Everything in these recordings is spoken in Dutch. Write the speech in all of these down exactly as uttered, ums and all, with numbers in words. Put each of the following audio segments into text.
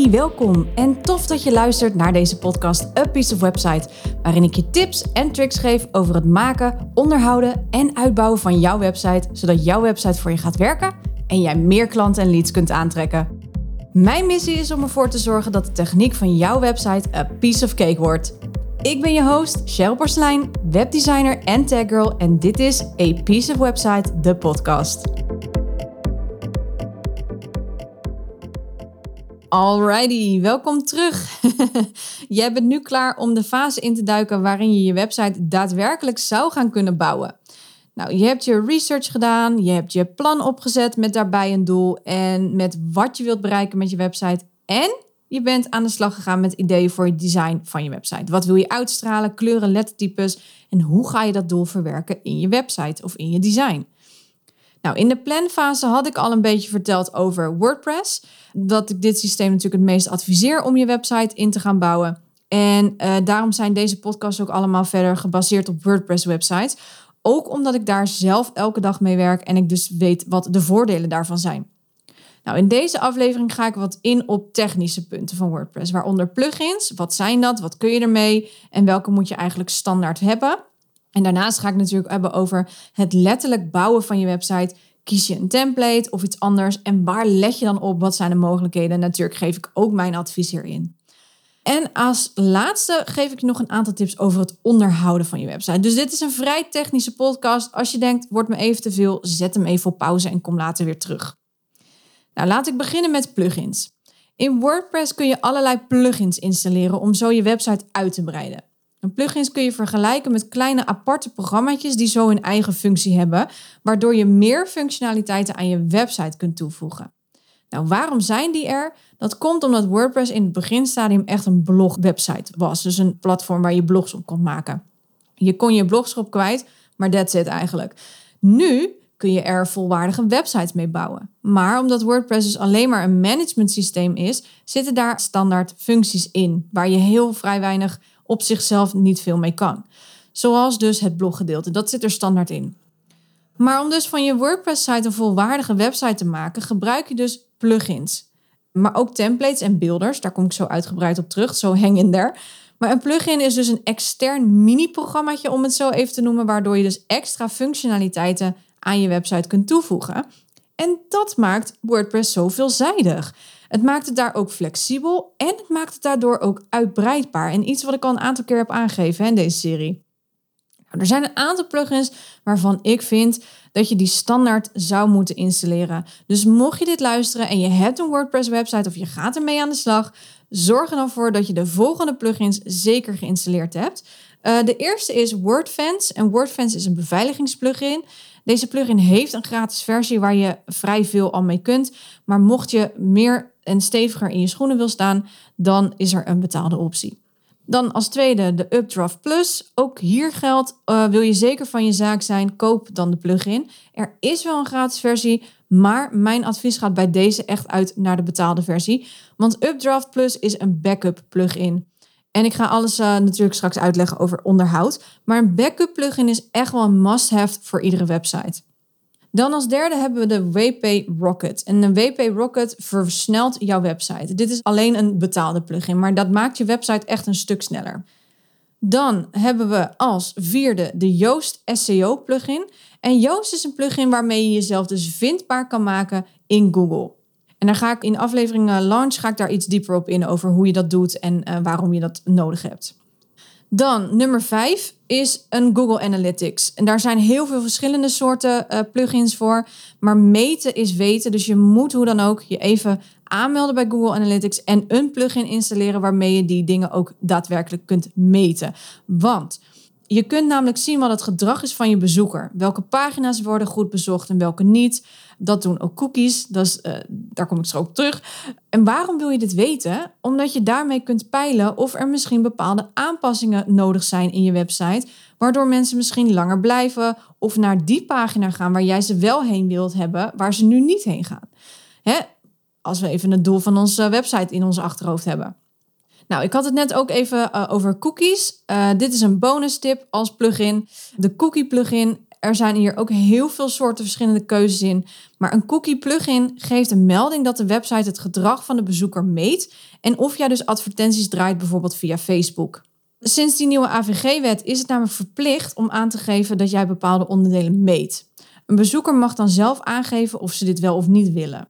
Hey, welkom en tof dat je luistert naar deze podcast A Piece of Website, waarin ik je tips en tricks geef over het maken, onderhouden en uitbouwen van jouw website, zodat jouw website voor je gaat werken en jij meer klanten en leads kunt aantrekken. Mijn missie is om ervoor te zorgen dat de techniek van jouw website a piece of cake wordt. Ik ben je host, Cheryl Porcelein, webdesigner en taggirl en dit is A Piece of Website, de podcast. Alrighty, welkom terug. Jij bent nu klaar om de fase in te duiken waarin je je website daadwerkelijk zou gaan kunnen bouwen. Nou, je hebt je research gedaan, je hebt je plan opgezet met daarbij een doel en met wat je wilt bereiken met je website. En je bent aan de slag gegaan met ideeën voor het design van je website. Wat wil je uitstralen, kleuren, lettertypes en hoe ga je dat doel verwerken in je website of in je design? Nou, in de planfase had ik al een beetje verteld over WordPress. Dat ik dit systeem natuurlijk het meest adviseer om je website in te gaan bouwen. En uh, daarom zijn deze podcasts ook allemaal verder gebaseerd op WordPress websites. Ook omdat ik daar zelf elke dag mee werk en ik dus weet wat de voordelen daarvan zijn. Nou, in deze aflevering ga ik wat in op technische punten van WordPress. Waaronder plugins, wat zijn dat, wat kun je ermee en welke moet je eigenlijk standaard hebben. En daarnaast ga ik natuurlijk hebben over het letterlijk bouwen van je website. Kies je een template of iets anders en waar let je dan op? Wat zijn de mogelijkheden? En natuurlijk geef ik ook mijn advies hierin. En als laatste geef ik je nog een aantal tips over het onderhouden van je website. Dus dit is een vrij technische podcast. Als je denkt, wordt me even te veel, zet hem even op pauze en kom later weer terug. Nou, laat ik beginnen met plugins. In WordPress kun je allerlei plugins installeren om zo je website uit te breiden. En plugins kun je vergelijken met kleine aparte programmaatjes die zo hun eigen functie hebben, waardoor je meer functionaliteiten aan je website kunt toevoegen. Nou, waarom zijn die er? Dat komt omdat WordPress in het beginstadium echt een blogwebsite was. Dus een platform waar je blogs op kon maken. Je kon je blogs op kwijt, maar that's it eigenlijk. Nu kun je er volwaardige websites mee bouwen. Maar omdat WordPress dus alleen maar een management systeem is, zitten daar standaard functies in, waar je heel vrij weinig op zichzelf niet veel mee kan. Zoals dus het bloggedeelte, dat zit er standaard in. Maar om dus van je WordPress-site een volwaardige website te maken, gebruik je dus plugins. Maar ook templates en builders, daar kom ik zo uitgebreid op terug, zo hang in there. Maar een plugin is dus een extern mini-programmaatje, om het zo even te noemen, waardoor je dus extra functionaliteiten aan je website kunt toevoegen. En dat maakt WordPress zo veelzijdig. Het maakt het daar ook flexibel en het maakt het daardoor ook uitbreidbaar. En iets wat ik al een aantal keer heb aangegeven in deze serie. Nou, er zijn een aantal plugins waarvan ik vind dat je die standaard zou moeten installeren. Dus mocht je dit luisteren en je hebt een WordPress website of je gaat ermee aan de slag, zorg er dan voor dat je de volgende plugins zeker geïnstalleerd hebt. Uh, de eerste is WordFence. En WordFence is een beveiligingsplugin. Deze plugin heeft een gratis versie waar je vrij veel al mee kunt. Maar mocht je meer en steviger in je schoenen wil staan, dan is er een betaalde optie. Dan als tweede de Updraft Plus. Ook hier geldt, uh, wil je zeker van je zaak zijn, koop dan de plugin. Er is wel een gratis versie, maar mijn advies gaat bij deze echt uit naar de betaalde versie. Want Updraft Plus is een backup plugin. En ik ga alles uh, natuurlijk straks uitleggen over onderhoud. Maar een backup plugin is echt wel een must-have voor iedere website. Dan als derde hebben we de W P Rocket. En een W P Rocket versnelt jouw website. Dit is alleen een betaalde plugin, maar dat maakt je website echt een stuk sneller. Dan hebben we als vierde de Yoast S E O plugin. En Yoast is een plugin waarmee je jezelf dus vindbaar kan maken in Google. En daar ga ik in aflevering uh, Launch ga ik daar iets dieper op in over hoe je dat doet en uh, waarom je dat nodig hebt. Dan nummer vijf is een Google Analytics. En daar zijn heel veel verschillende soorten uh, plugins voor. Maar meten is weten. Dus je moet hoe dan ook je even aanmelden bij Google Analytics en een plugin installeren waarmee je die dingen ook daadwerkelijk kunt meten. Want je kunt namelijk zien wat het gedrag is van je bezoeker. Welke pagina's worden goed bezocht en welke niet. Dat doen ook cookies. Dus, uh, daar kom ik zo op terug. En waarom wil je dit weten? Omdat je daarmee kunt peilen of er misschien bepaalde aanpassingen nodig zijn in je website. Waardoor mensen misschien langer blijven of naar die pagina gaan waar jij ze wel heen wilt hebben, waar ze nu niet heen gaan. Hè? Als we even het doel van onze website in ons achterhoofd hebben. Nou, ik had het net ook even uh, over cookies. Uh, dit is een bonus tip als plugin. De cookie plugin Er zijn hier ook heel veel soorten verschillende keuzes in. Maar een cookie plugin geeft een melding dat de website het gedrag van de bezoeker meet en of jij dus advertenties draait bijvoorbeeld via Facebook. Sinds die nieuwe A V G-wet is het namelijk verplicht om aan te geven dat jij bepaalde onderdelen meet. Een bezoeker mag dan zelf aangeven of ze dit wel of niet willen.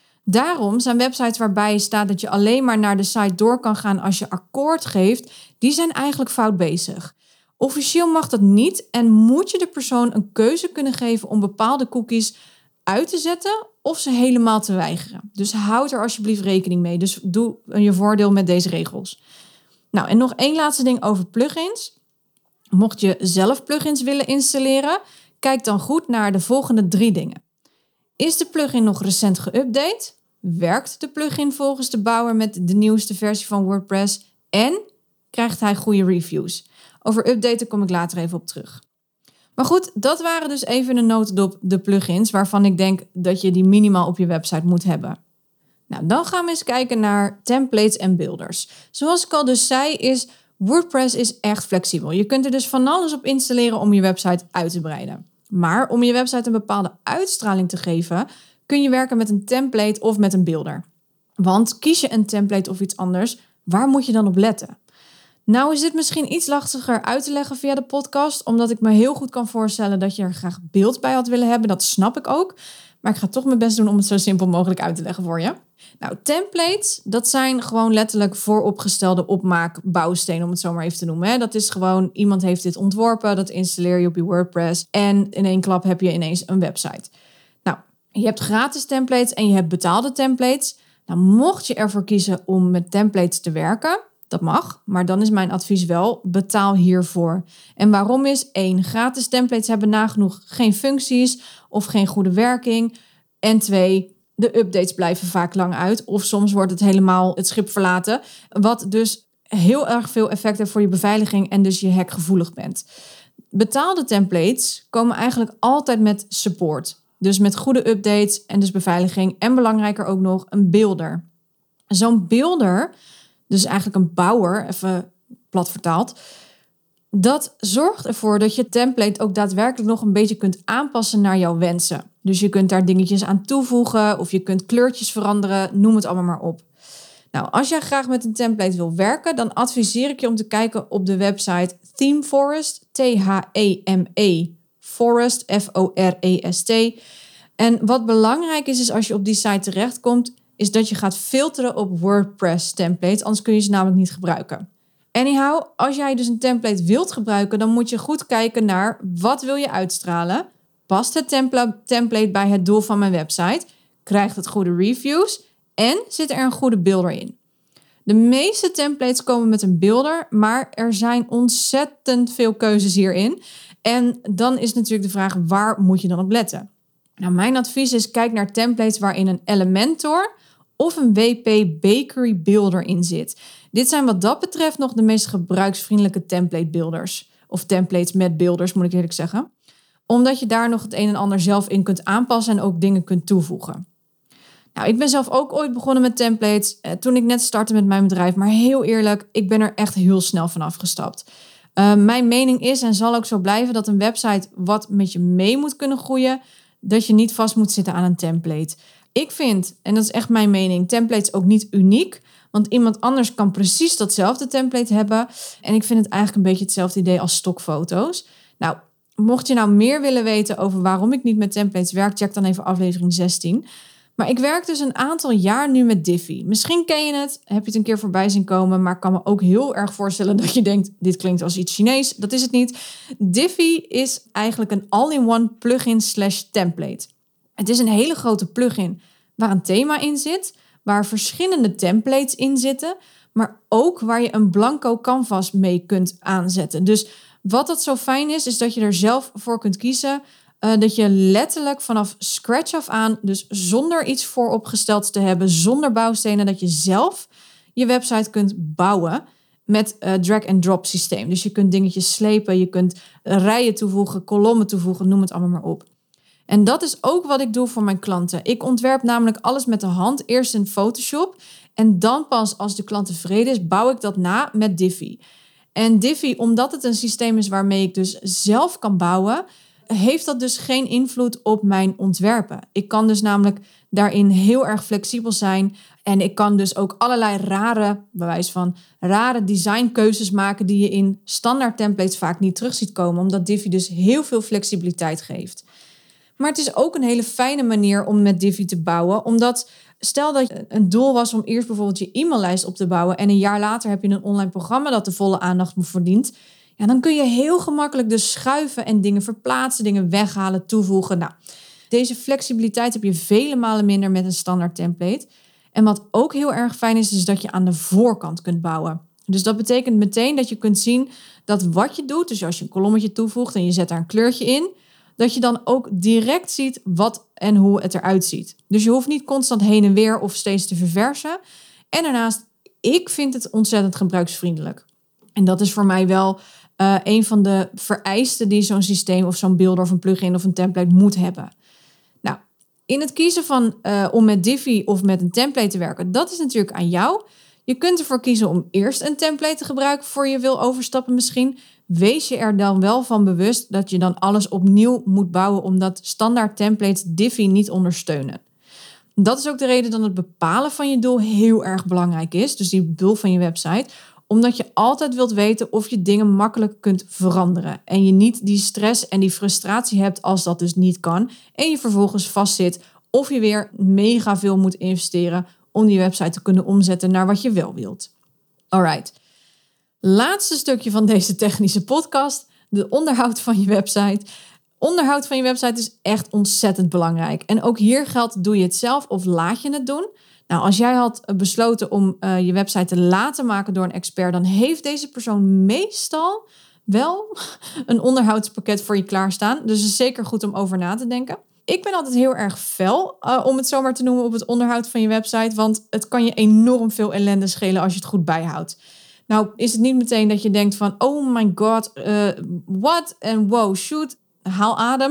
Daarom zijn websites waarbij staat dat je alleen maar naar de site door kan gaan als je akkoord geeft, die zijn eigenlijk fout bezig. Officieel mag dat niet en moet je de persoon een keuze kunnen geven om bepaalde cookies uit te zetten of ze helemaal te weigeren. Dus houd er alsjeblieft rekening mee. Dus doe je voordeel met deze regels. Nou, en nog één laatste ding over plugins. Mocht je zelf plugins willen installeren, kijk dan goed naar de volgende drie dingen. Is de plugin nog recent geüpdate? Werkt de plugin volgens de bouwer met de nieuwste versie van WordPress? En krijgt hij goede reviews? Over updaten kom ik later even op terug. Maar goed, dat waren dus even een notendop de plugins waarvan ik denk dat je die minimaal op je website moet hebben. Nou, dan gaan we eens kijken naar templates en builders. Zoals ik al dus zei, is WordPress is echt flexibel. Je kunt er dus van alles op installeren om je website uit te breiden. Maar om je website een bepaalde uitstraling te geven, kun je werken met een template of met een builder. Want kies je een template of iets anders, waar moet je dan op letten? Nou is dit misschien iets lastiger uit te leggen via de podcast, omdat ik me heel goed kan voorstellen dat je er graag beeld bij had willen hebben. Dat snap ik ook. Maar ik ga toch mijn best doen om het zo simpel mogelijk uit te leggen voor je. Nou, templates, dat zijn gewoon letterlijk vooropgestelde opmaakbouwstenen, om het zo maar even te noemen. Hè. Dat is gewoon, iemand heeft dit ontworpen, dat installeer je op je WordPress en in één klap heb je ineens een website. Nou, je hebt gratis templates en je hebt betaalde templates. Nou, mocht je ervoor kiezen om met templates te werken, dat mag, maar dan is mijn advies wel, betaal hiervoor. En waarom is? één, gratis templates hebben nagenoeg geen functies of geen goede werking. En twee, de updates blijven vaak lang uit. Of soms wordt het helemaal het schip verlaten. Wat dus heel erg veel effect heeft voor je beveiliging en dus je hackgevoelig bent. Betaalde templates komen eigenlijk altijd met support. Dus met goede updates en dus beveiliging. En belangrijker ook nog, een builder. Zo'n builder, dus eigenlijk een bouwer, even plat vertaald, dat zorgt ervoor dat je template ook daadwerkelijk nog een beetje kunt aanpassen naar jouw wensen. Dus je kunt daar dingetjes aan toevoegen of je kunt kleurtjes veranderen, noem het allemaal maar op. Nou, als jij graag met een template wil werken, dan adviseer ik je om te kijken op de website ThemeForest, T H E M E, Forest, F O R E S T. En wat belangrijk is, is als je op die site terechtkomt, is dat je gaat filteren op WordPress templates, anders kun je ze namelijk niet gebruiken. Anyhow, als jij dus een template wilt gebruiken, dan moet je goed kijken naar wat wil je uitstralen. Past het templa- template bij het doel van mijn website? Krijgt het goede reviews? En zit er een goede builder in? De meeste templates komen met een builder, maar er zijn ontzettend veel keuzes hierin. En dan is natuurlijk de vraag, waar moet je dan op letten? Nou, mijn advies is, kijk naar templates waarin een Elementor of een W P Bakery Builder in zit. Dit zijn wat dat betreft nog de meest gebruiksvriendelijke template builders. Of templates met builders, moet ik eerlijk zeggen. Omdat je daar nog het een en ander zelf in kunt aanpassen en ook dingen kunt toevoegen. Nou, ik ben zelf ook ooit begonnen met templates eh, toen ik net startte met mijn bedrijf. Maar heel eerlijk, ik ben er echt heel snel van afgestapt. Uh, mijn mening is en zal ook zo blijven dat een website wat met je mee moet kunnen groeien, dat je niet vast moet zitten aan een template. Ik vind, en dat is echt mijn mening, templates ook niet uniek. Want iemand anders kan precies datzelfde template hebben. En ik vind het eigenlijk een beetje hetzelfde idee als stokfoto's. Nou, mocht je nou meer willen weten over waarom ik niet met templates werk, check dan even aflevering zestien. Maar ik werk dus een aantal jaar nu met Divi. Misschien ken je het, heb je het een keer voorbij zien komen, maar ik kan me ook heel erg voorstellen dat je denkt, dit klinkt als iets Chinees. Dat is het niet. Divi is eigenlijk een all-in-one plugin slash template. Het is een hele grote plugin waar een thema in zit, waar verschillende templates in zitten, maar ook waar je een blanco canvas mee kunt aanzetten. Dus wat dat zo fijn is, is dat je er zelf voor kunt kiezen. Uh, dat je letterlijk vanaf scratch af aan, dus zonder iets vooropgesteld te hebben, zonder bouwstenen, dat je zelf je website kunt bouwen met uh, drag-and-drop systeem. Dus je kunt dingetjes slepen, je kunt rijen toevoegen, kolommen toevoegen, noem het allemaal maar op. En dat is ook wat ik doe voor mijn klanten. Ik ontwerp namelijk alles met de hand, eerst in Photoshop en dan pas als de klant tevreden is, bouw ik dat na met Divi. En Divi, omdat het een systeem is waarmee ik dus zelf kan bouwen, heeft dat dus geen invloed op mijn ontwerpen. Ik kan dus namelijk daarin heel erg flexibel zijn. En ik kan dus ook allerlei rare, bewijs van rare designkeuzes maken die je in standaard templates vaak niet terug ziet komen. Omdat Divi dus heel veel flexibiliteit geeft. Maar het is ook een hele fijne manier om met Divi te bouwen. Omdat stel dat een doel was om eerst bijvoorbeeld je e-maillijst op te bouwen. En een jaar later heb je een online programma dat de volle aandacht verdient. Ja, dan kun je heel gemakkelijk dus schuiven en dingen verplaatsen, dingen weghalen, toevoegen. Nou, deze flexibiliteit heb je vele malen minder met een standaard template. En wat ook heel erg fijn is, is dat je aan de voorkant kunt bouwen. Dus dat betekent meteen dat je kunt zien dat wat je doet, dus als je een kolommetje toevoegt en je zet daar een kleurtje in, dat je dan ook direct ziet wat en hoe het eruit ziet. Dus je hoeft niet constant heen en weer of steeds te verversen. En daarnaast, ik vind het ontzettend gebruiksvriendelijk. En dat is voor mij wel uh, een van de vereisten die zo'n systeem of zo'n builder of een plugin of een template moet hebben. Nou, in het kiezen van uh, om met Divi of met een template te werken, dat is natuurlijk aan jou. Je kunt ervoor kiezen om eerst een template te gebruiken voor je wil overstappen misschien. Wees je er dan wel van bewust dat je dan alles opnieuw moet bouwen, omdat standaard templates Divi niet ondersteunen. Dat is ook de reden dat het bepalen van je doel heel erg belangrijk is. Dus die doel van je website. Omdat je altijd wilt weten of je dingen makkelijk kunt veranderen. En je niet die stress en die frustratie hebt als dat dus niet kan. En je vervolgens vastzit of je weer mega veel moet investeren om die website te kunnen omzetten naar wat je wel wilt. Alright. Laatste stukje van deze technische podcast. De onderhoud van je website. Onderhoud van je website is echt ontzettend belangrijk. En ook hier geldt, doe je het zelf of laat je het doen? Nou, als jij had besloten om uh, je website te laten maken door een expert, dan heeft deze persoon meestal wel een onderhoudspakket voor je klaarstaan. Dus het is zeker goed om over na te denken. Ik ben altijd heel erg fel, uh, om het zo maar te noemen, op het onderhoud van je website. Want het kan je enorm veel ellende schelen als je het goed bijhoudt. Nou, is het niet meteen dat je denkt van, oh my god, uh, what? En wow, shoot, haal adem.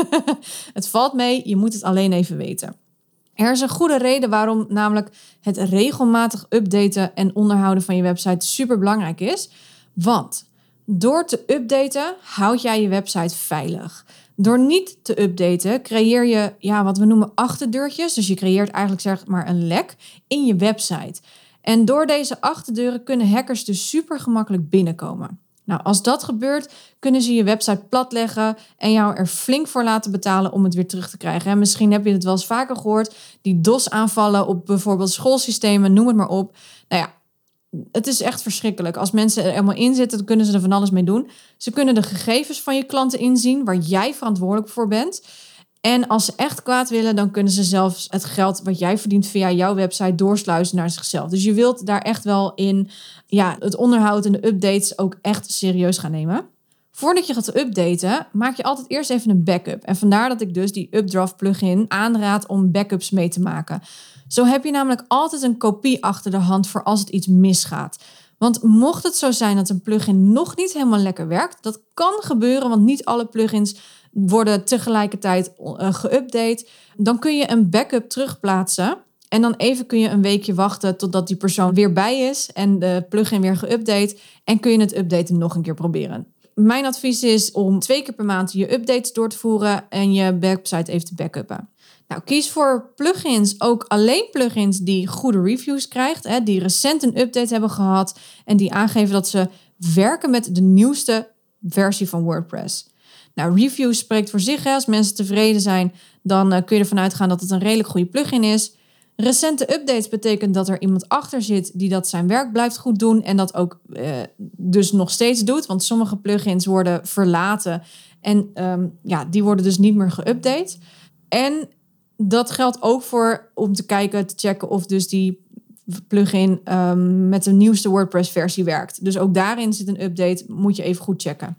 Het valt mee, je moet het alleen even weten. Er is een goede reden waarom namelijk het regelmatig updaten en onderhouden van je website super belangrijk is. Want door te updaten houd jij je website veilig. Door niet te updaten creëer je ja, wat we noemen achterdeurtjes. Dus je creëert eigenlijk zeg maar een lek in je website. En door deze achterdeuren kunnen hackers dus super gemakkelijk binnenkomen. Nou, als dat gebeurt, kunnen ze je website platleggen en jou er flink voor laten betalen om het weer terug te krijgen. En misschien heb je het wel eens vaker gehoord, die DOS-aanvallen op bijvoorbeeld schoolsystemen, noem het maar op. Nou ja, het is echt verschrikkelijk. Als mensen er helemaal in zitten, dan kunnen ze er van alles mee doen. Ze kunnen de gegevens van je klanten inzien, waar jij verantwoordelijk voor bent. En als ze echt kwaad willen, dan kunnen ze zelfs het geld wat jij verdient via jouw website doorsluizen naar zichzelf. Dus je wilt daar echt wel in ja, het onderhoud en de updates ook echt serieus gaan nemen. Voordat je gaat updaten, maak je altijd eerst even een backup. En vandaar dat ik dus die Updraft plugin aanraad om backups mee te maken. Zo heb je namelijk altijd een kopie achter de hand voor als het iets misgaat. Want mocht het zo zijn dat een plugin nog niet helemaal lekker werkt, dat kan gebeuren, want niet alle plugins worden tegelijkertijd uh, geüpdate, dan kun je een backup terugplaatsen. En dan even kun je een weekje wachten totdat die persoon weer bij is en de plugin weer geüpdate. En kun je het updaten nog een keer proberen. Mijn advies is om twee keer per maand je updates door te voeren en je website even te backuppen. Nou, kies voor plugins, ook alleen plugins die goede reviews krijgt, hè, die recent een update hebben gehad en die aangeven dat ze werken met de nieuwste versie van WordPress. Nou, reviews spreekt voor zich. Hè. Als mensen tevreden zijn, dan uh, kun je ervan uitgaan dat het een redelijk goede plugin is. Recente updates betekent dat er iemand achter zit die dat zijn werk blijft goed doen en dat ook uh, dus nog steeds doet. Want sommige plugins worden verlaten en um, ja, die worden dus niet meer geüpdate. En dat geldt ook voor om te kijken, te checken of dus die plugin um, met de nieuwste WordPress versie werkt. Dus ook daarin zit een update, moet je even goed checken.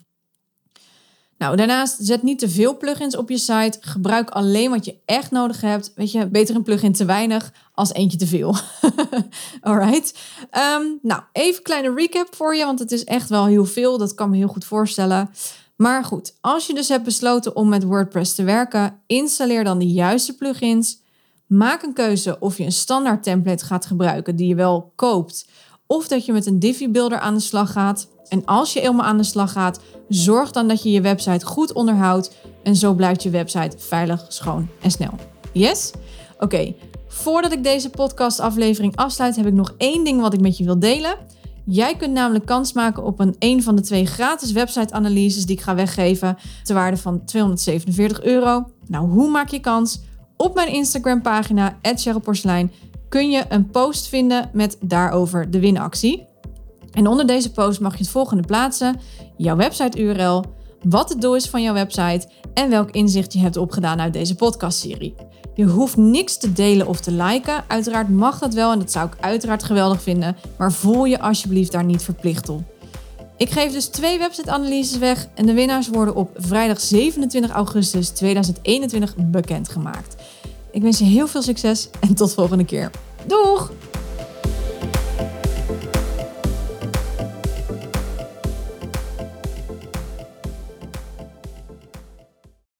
Nou, daarnaast zet niet te veel plugins op je site. Gebruik alleen wat je echt nodig hebt. Weet je, beter een plugin te weinig als eentje te veel. Alright. Um, nou, even een kleine recap voor je, want het is echt wel heel veel. Dat kan me heel goed voorstellen. Maar goed, als je dus hebt besloten om met WordPress te werken, installeer dan de juiste plugins. Maak een keuze of je een standaard template gaat gebruiken die je wel koopt, of dat je met een Divi Builder aan de slag gaat. En als je eenmaal aan de slag gaat, zorg dan dat je je website goed onderhoudt en zo blijft je website veilig, schoon en snel. Yes? Oké, okay. Voordat ik deze podcastaflevering afsluit, heb ik nog één ding wat ik met je wil delen. Jij kunt namelijk kans maken op een, een van de twee gratis website-analyses die ik ga weggeven ter waarde van tweehonderdzevenenveertig euro. Nou, hoe maak je kans? Op mijn Instagram-pagina at Cheryl Porselein kun je een post vinden met daarover de winactie. En onder deze post mag je het volgende plaatsen: jouw website-U R L, wat het doel is van jouw website en welk inzicht je hebt opgedaan uit deze podcastserie. Je hoeft niks te delen of te liken. Uiteraard mag dat wel en dat zou ik uiteraard geweldig vinden, maar voel je alsjeblieft daar niet verplicht toe. Ik geef dus twee website-analyses weg en de winnaars worden op vrijdag zevenentwintig augustus tweeduizend eenentwintig bekendgemaakt. Ik wens je heel veel succes en tot volgende keer. Doeg!